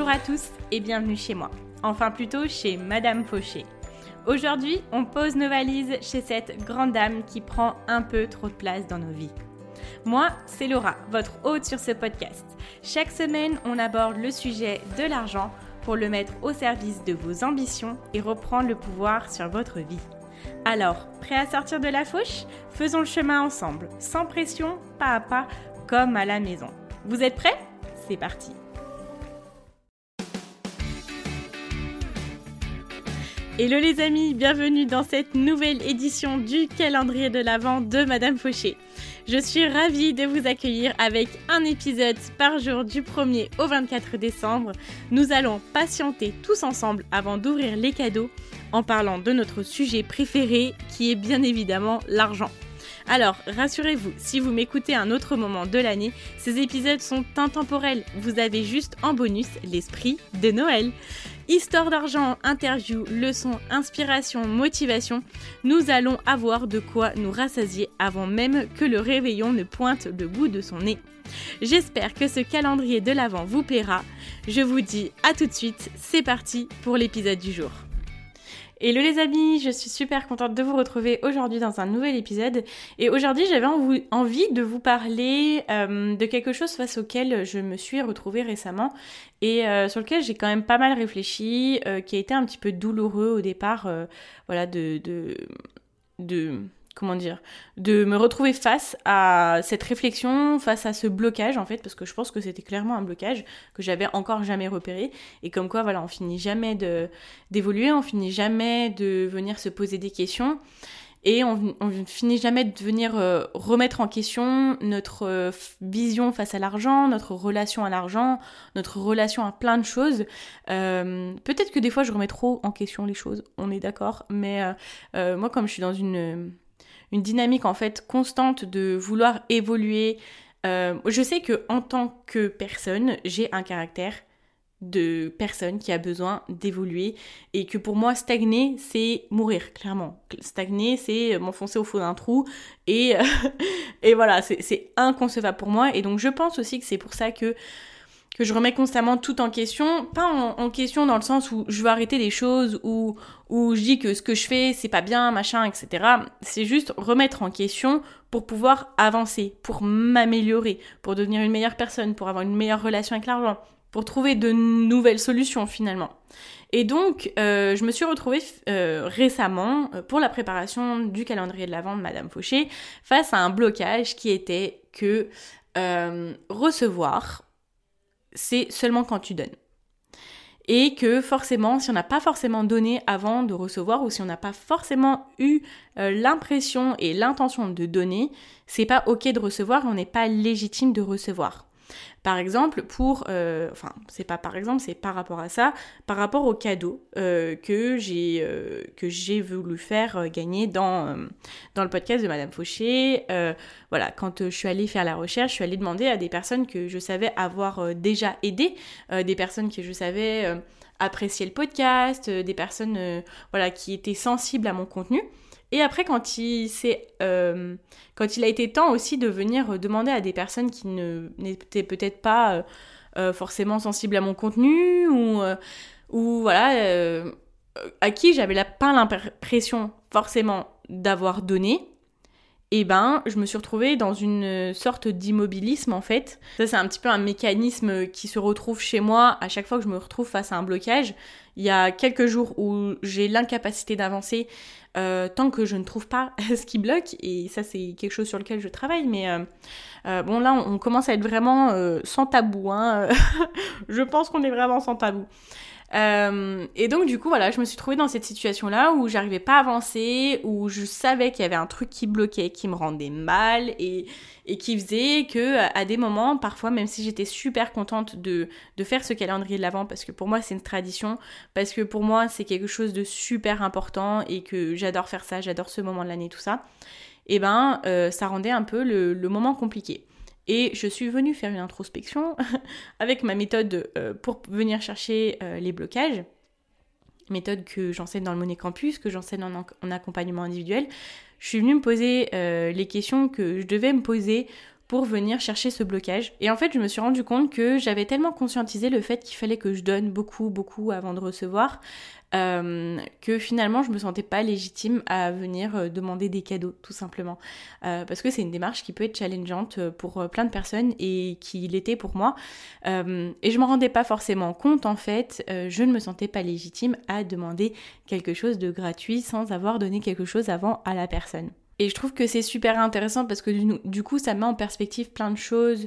Bonjour à tous et bienvenue chez moi. Enfin plutôt chez Madame Fauché. Aujourd'hui, on pose nos valises chez cette grande dame qui prend un peu trop de place dans nos vies. Moi, c'est Laura, votre hôte sur ce podcast. Chaque semaine, on aborde le sujet de l'argent pour le mettre au service de vos ambitions et reprendre le pouvoir sur votre vie. Alors, prêt à sortir de la fauche ? Faisons le chemin ensemble, sans pression, pas à pas, comme à la maison. Vous êtes prêts ? C'est parti. Hello les amis, bienvenue dans cette nouvelle édition du calendrier de l'Avent de Madame Fauché. Je suis ravie de vous accueillir avec un épisode par jour du 1er au 24 décembre. Nous allons patienter tous ensemble avant d'ouvrir les cadeaux en parlant de notre sujet préféré qui est bien évidemment l'argent. Alors, rassurez-vous, si vous m'écoutez à un autre moment de l'année, ces épisodes sont intemporels. Vous avez juste en bonus l'esprit de Noël. Histoire d'argent, interview, leçons, inspiration, motivation, nous allons avoir de quoi nous rassasier avant même que le réveillon ne pointe le bout de son nez. J'espère que ce calendrier de l'Avent vous plaira. Je vous dis à tout de suite, c'est parti pour l'épisode du jour. Hello les amis, je suis super contente de vous retrouver aujourd'hui dans un nouvel épisode et aujourd'hui j'avais envie de vous parler de quelque chose face auquel je me suis retrouvée récemment et sur lequel j'ai quand même pas mal réfléchi, qui a été un petit peu douloureux au départ, de me retrouver face à cette réflexion, face à ce blocage en fait, parce que je pense que c'était clairement un blocage que j'avais encore jamais repéré, et comme quoi voilà, on finit jamais d'évoluer, on finit jamais de venir se poser des questions, et on finit jamais de venir remettre en question notre vision face à l'argent, notre relation à l'argent, notre relation à plein de choses. Peut-être que des fois je remets trop en question les choses, on est d'accord, mais moi comme je suis dans une dynamique en fait constante de vouloir évoluer. Je sais que en tant que personne, j'ai un caractère de personne qui a besoin d'évoluer et que pour moi stagner c'est mourir, clairement. Stagner c'est m'enfoncer au fond d'un trou et voilà, c'est inconcevable pour moi, et donc je pense aussi que c'est pour ça que je remets constamment tout en question, pas en question dans le sens où je veux arrêter des choses, ou je dis que ce que je fais c'est pas bien, machin, etc. C'est juste remettre en question pour pouvoir avancer, pour m'améliorer, pour devenir une meilleure personne, pour avoir une meilleure relation avec l'argent, pour trouver de nouvelles solutions finalement. Et donc, je me suis retrouvée récemment, pour la préparation du calendrier de l'Avent de Madame Fauché, face à un blocage qui était que recevoir, c'est seulement quand tu donnes. Et que forcément, si on n'a pas forcément donné avant de recevoir, ou si on n'a pas forcément eu l'impression et l'intention de donner, c'est pas ok de recevoir, et on n'est pas légitime de recevoir. Par exemple, c'est par rapport à ça, par rapport au cadeau que j'ai voulu faire gagner dans le podcast de Madame Fauché. Voilà, quand je suis allée faire la recherche, je suis allée demander à des personnes que je savais avoir déjà aidées, des personnes que je savais apprécier le podcast, des personnes qui étaient sensibles à mon contenu. Et après, quand il a été temps aussi de venir demander à des personnes qui n'étaient peut-être pas forcément sensibles à mon contenu, ou voilà, à qui j'avais pas l'impression forcément d'avoir donné, et ben je me suis retrouvée dans une sorte d'immobilisme en fait. Ça, c'est un petit peu un mécanisme qui se retrouve chez moi à chaque fois que je me retrouve face à un blocage. Il y a quelques jours où j'ai l'incapacité d'avancer tant que je ne trouve pas ce qui bloque, et ça c'est quelque chose sur lequel je travaille, mais bon là on commence à être vraiment sans tabou, hein. Je pense qu'on est vraiment sans tabou. Et donc du coup voilà, je me suis trouvée dans cette situation là où j'arrivais pas à avancer, où je savais qu'il y avait un truc qui bloquait, qui me rendait mal, et qui faisait que à des moments, parfois, même si j'étais super contente de faire ce calendrier de l'Avent, parce que pour moi c'est une tradition, parce que pour moi c'est quelque chose de super important et que j'adore faire ça, j'adore ce moment de l'année, tout ça, et ben ça rendait un peu le moment compliqué. Et je suis venue faire une introspection avec ma méthode pour venir chercher les blocages, méthode que j'enseigne dans le Money Campus, que j'enseigne en accompagnement individuel. Je suis venue me poser les questions que je devais me poser pour venir chercher ce blocage. Et en fait, je me suis rendu compte que j'avais tellement conscientisé le fait qu'il fallait que je donne beaucoup avant de recevoir, que finalement je me sentais pas légitime à venir demander des cadeaux, tout simplement. Parce que c'est une démarche qui peut être challengeante pour plein de personnes et qui l'était pour moi. Et je m'en rendais pas forcément compte, en fait, je ne me sentais pas légitime à demander quelque chose de gratuit sans avoir donné quelque chose avant à la personne. Et je trouve que c'est super intéressant parce que du coup, ça met en perspective plein de choses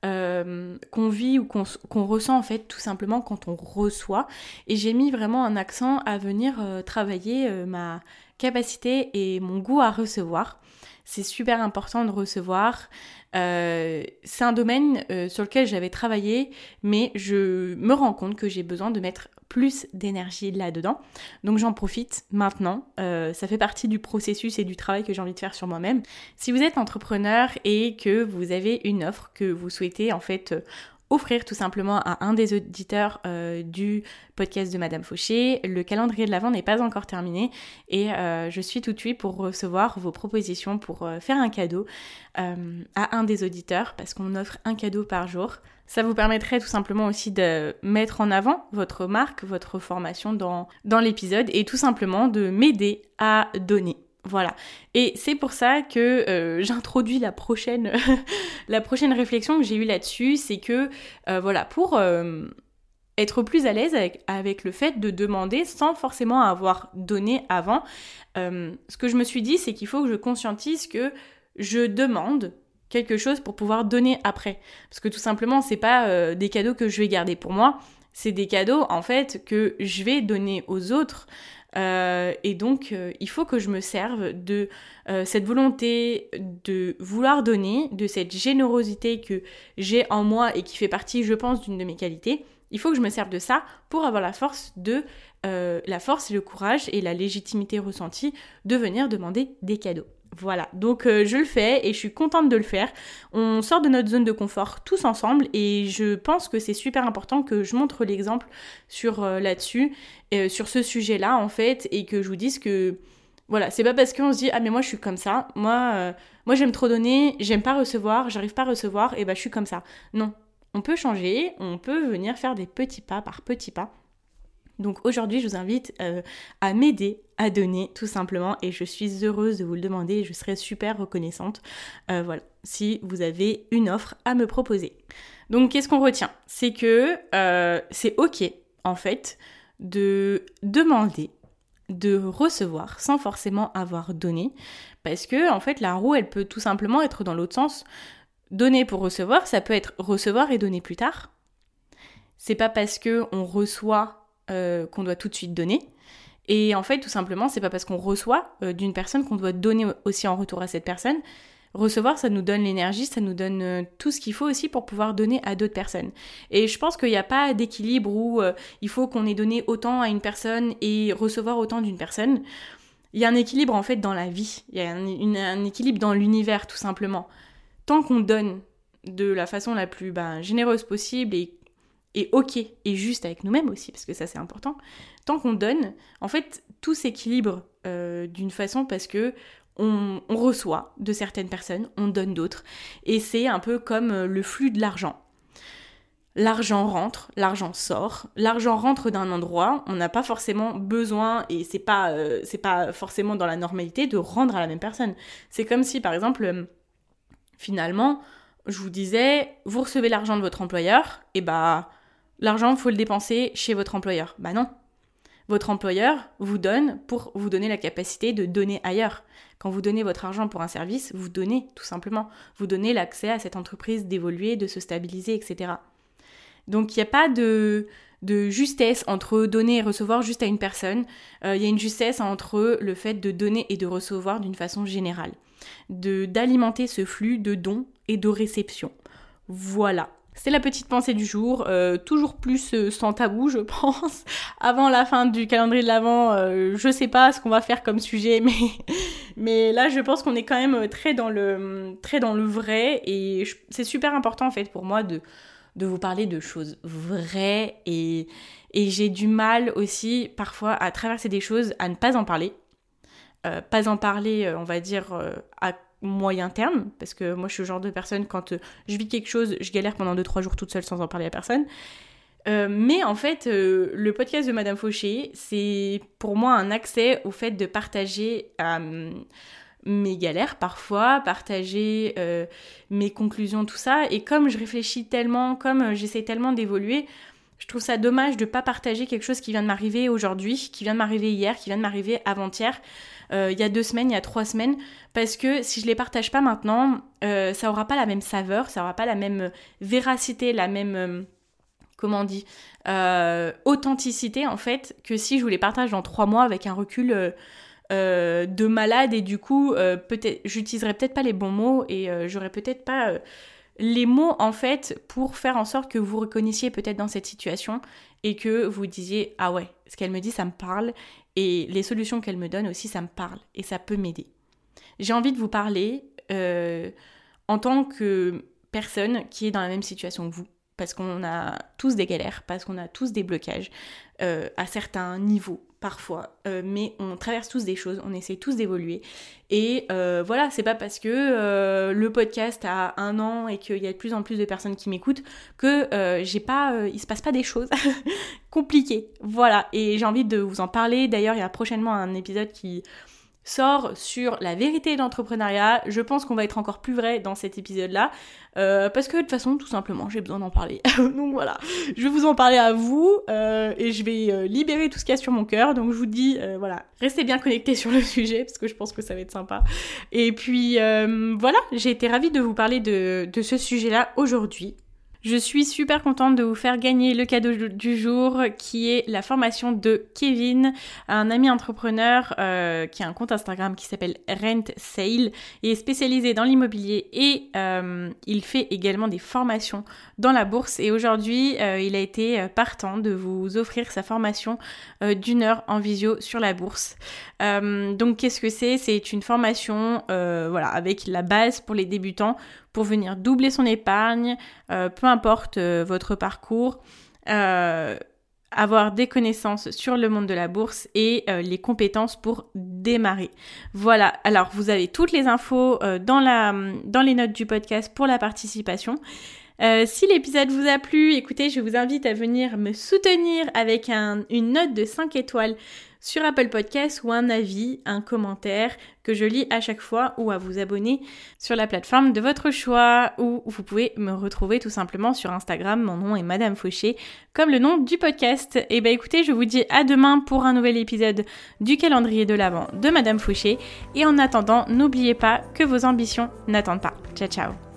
qu'on vit ou qu'on ressent en fait tout simplement quand on reçoit. Et j'ai mis vraiment un accent à venir travailler ma capacité et mon goût à recevoir. C'est super important de recevoir. C'est un domaine sur lequel j'avais travaillé, mais je me rends compte que j'ai besoin de mettre plus d'énergie là-dedans. Donc j'en profite maintenant. Ça fait partie du processus et du travail que j'ai envie de faire sur moi-même. Si vous êtes entrepreneur et que vous avez une offre que vous souhaitez en fait offrir tout simplement à un des auditeurs du podcast de Madame Fauché, le calendrier de l'Avent n'est pas encore terminé et je suis tout de suite pour recevoir vos propositions pour faire un cadeau à un des auditeurs parce qu'on offre un cadeau par jour. Ça vous permettrait tout simplement aussi de mettre en avant votre marque, votre formation dans l'épisode et tout simplement de m'aider à donner. Voilà. Et c'est pour ça que j'introduis la prochaine réflexion que j'ai eue là-dessus, c'est que voilà, pour être plus à l'aise avec le fait de demander sans forcément avoir donné avant, ce que je me suis dit, c'est qu'il faut que je conscientise que je demande quelque chose pour pouvoir donner après. Parce que tout simplement, c'est pas des cadeaux que je vais garder pour moi, c'est des cadeaux en fait que je vais donner aux autres. Et donc, il faut que je me serve de cette volonté de vouloir donner, de cette générosité que j'ai en moi et qui fait partie, je pense, d'une de mes qualités. Il faut que je me serve de ça pour avoir la force et le courage et la légitimité ressentie de venir demander des cadeaux. Voilà, donc je le fais et je suis contente de le faire. On sort de notre zone de confort tous ensemble et je pense que c'est super important que je montre l'exemple là-dessus, sur ce sujet-là en fait, et que je vous dise que voilà, c'est pas parce qu'on se dit ah mais moi je suis comme ça, moi j'aime trop donner, j'aime pas recevoir, j'arrive pas à recevoir et bah je suis comme ça. Non, on peut changer, on peut venir faire des petits pas par petits pas. Donc aujourd'hui, je vous invite à m'aider à donner tout simplement et je suis heureuse de vous le demander et je serai super reconnaissante voilà, si vous avez une offre à me proposer. Donc qu'est-ce qu'on retient ? C'est que c'est ok en fait de demander, de recevoir sans forcément avoir donné parce que en fait la roue elle peut tout simplement être dans l'autre sens. Donner pour recevoir, ça peut être recevoir et donner plus tard. C'est pas parce qu'on reçoit qu'on doit tout de suite donner. Et en fait, tout simplement, c'est pas parce qu'on reçoit d'une personne qu'on doit donner aussi en retour à cette personne. Recevoir, ça nous donne l'énergie, ça nous donne tout ce qu'il faut aussi pour pouvoir donner à d'autres personnes. Et je pense qu'il n'y a pas d'équilibre où il faut qu'on ait donné autant à une personne et recevoir autant d'une personne. Il y a un équilibre en fait dans la vie. Il y a un équilibre dans l'univers, tout simplement. Tant qu'on donne de la façon la plus généreuse possible et ok et juste avec nous-mêmes aussi, parce que ça c'est important, tant qu'on donne, en fait, tout s'équilibre d'une façon parce que on reçoit de certaines personnes, on donne d'autres, et c'est un peu comme le flux de l'argent. L'argent rentre, l'argent sort, l'argent rentre d'un endroit, on n'a pas forcément besoin, et c'est pas forcément dans la normalité de rendre à la même personne. C'est comme si, par exemple, finalement, je vous disais, vous recevez l'argent de votre employeur, et l'argent, il faut le dépenser chez votre employeur. Bah non. Votre employeur vous donne pour vous donner la capacité de donner ailleurs. Quand vous donnez votre argent pour un service, vous donnez tout simplement. Vous donnez l'accès à cette entreprise d'évoluer, de se stabiliser, etc. Donc il n'y a pas de justesse entre donner et recevoir juste à une personne. Il y a une justesse entre le fait de donner et de recevoir d'une façon générale. D'alimenter ce flux de dons et de réception. Voilà. C'est la petite pensée du jour, toujours plus sans tabou, je pense. Avant la fin du calendrier de l'Avent, je sais pas ce qu'on va faire comme sujet, mais là, je pense qu'on est quand même très dans le vrai, et c'est super important en fait pour moi de vous parler de choses vraies, et j'ai du mal aussi parfois à traverser des choses, à ne pas en parler. Pas en parler, on va dire, à moyen terme, parce que moi je suis le genre de personne, quand je vis quelque chose, je galère pendant 2-3 jours toute seule sans en parler à personne. Mais en fait, le podcast de Madame Fauché, c'est pour moi un accès au fait de partager mes galères parfois, partager mes conclusions, tout ça. Et comme je réfléchis tellement, comme j'essaie tellement d'évoluer, je trouve ça dommage de ne pas partager quelque chose qui vient de m'arriver aujourd'hui, qui vient de m'arriver hier, qui vient de m'arriver avant-hier, il y a 2 semaines, il y a 3 semaines, parce que si je les partage pas maintenant, ça aura pas la même saveur, ça aura pas la même véracité, la même... comment on dit, authenticité en fait, que si je vous les partage dans 3 mois avec un recul de malade, et du coup peut-être j'utiliserai peut-être pas les bons mots et j'aurai peut-être pas les mots en fait pour faire en sorte que vous reconnaissiez peut-être dans cette situation et que vous disiez ah ouais, ce qu'elle me dit ça me parle, et les solutions qu'elle me donne aussi ça me parle et ça peut m'aider. J'ai envie de vous parler en tant que personne qui est dans la même situation que vous, parce qu'on a tous des galères, parce qu'on a tous des blocages à certains niveaux parfois, mais on traverse tous des choses, on essaie tous d'évoluer, et voilà, c'est pas parce que le podcast a 1 an et qu'il y a de plus en plus de personnes qui m'écoutent que il se passe pas des choses compliquées, voilà, et j'ai envie de vous en parler. D'ailleurs, il y a prochainement un épisode qui sort sur la vérité de l'entrepreneuriat. Je pense qu'on va être encore plus vrai dans cet épisode-là, parce que de toute façon, tout simplement, j'ai besoin d'en parler. Donc voilà, je vais vous en parler à vous, et je vais libérer tout ce qu'il y a sur mon cœur. Donc je vous dis, voilà, restez bien connectés sur le sujet, parce que je pense que ça va être sympa. Et puis voilà, j'ai été ravie de vous parler de ce sujet-là aujourd'hui. Je suis super contente de vous faire gagner le cadeau du jour, qui est la formation de Kevin, un ami entrepreneur qui a un compte Instagram qui s'appelle Rent Sale et est spécialisé dans l'immobilier, et il fait également des formations dans la bourse, et aujourd'hui il a été partant de vous offrir sa formation d'1 heure en visio sur la bourse. Donc qu'est-ce que c'est ? C'est une formation voilà, avec la base pour les débutants, pour venir doubler son épargne, peu importe votre parcours, avoir des connaissances sur le monde de la bourse et les compétences pour démarrer. Voilà, alors vous avez toutes les infos dans les notes du podcast pour la participation. Si l'épisode vous a plu, écoutez, je vous invite à venir me soutenir avec une note de 5 étoiles sur Apple Podcasts, ou un avis, un commentaire que je lis à chaque fois, ou à vous abonner sur la plateforme de votre choix, ou vous pouvez me retrouver tout simplement sur Instagram. Mon nom est Madame Fauché, comme le nom du podcast. Et ben écoutez, je vous dis à demain pour un nouvel épisode du calendrier de l'Avent de Madame Fauché, et en attendant, n'oubliez pas que vos ambitions n'attendent pas. Ciao ciao.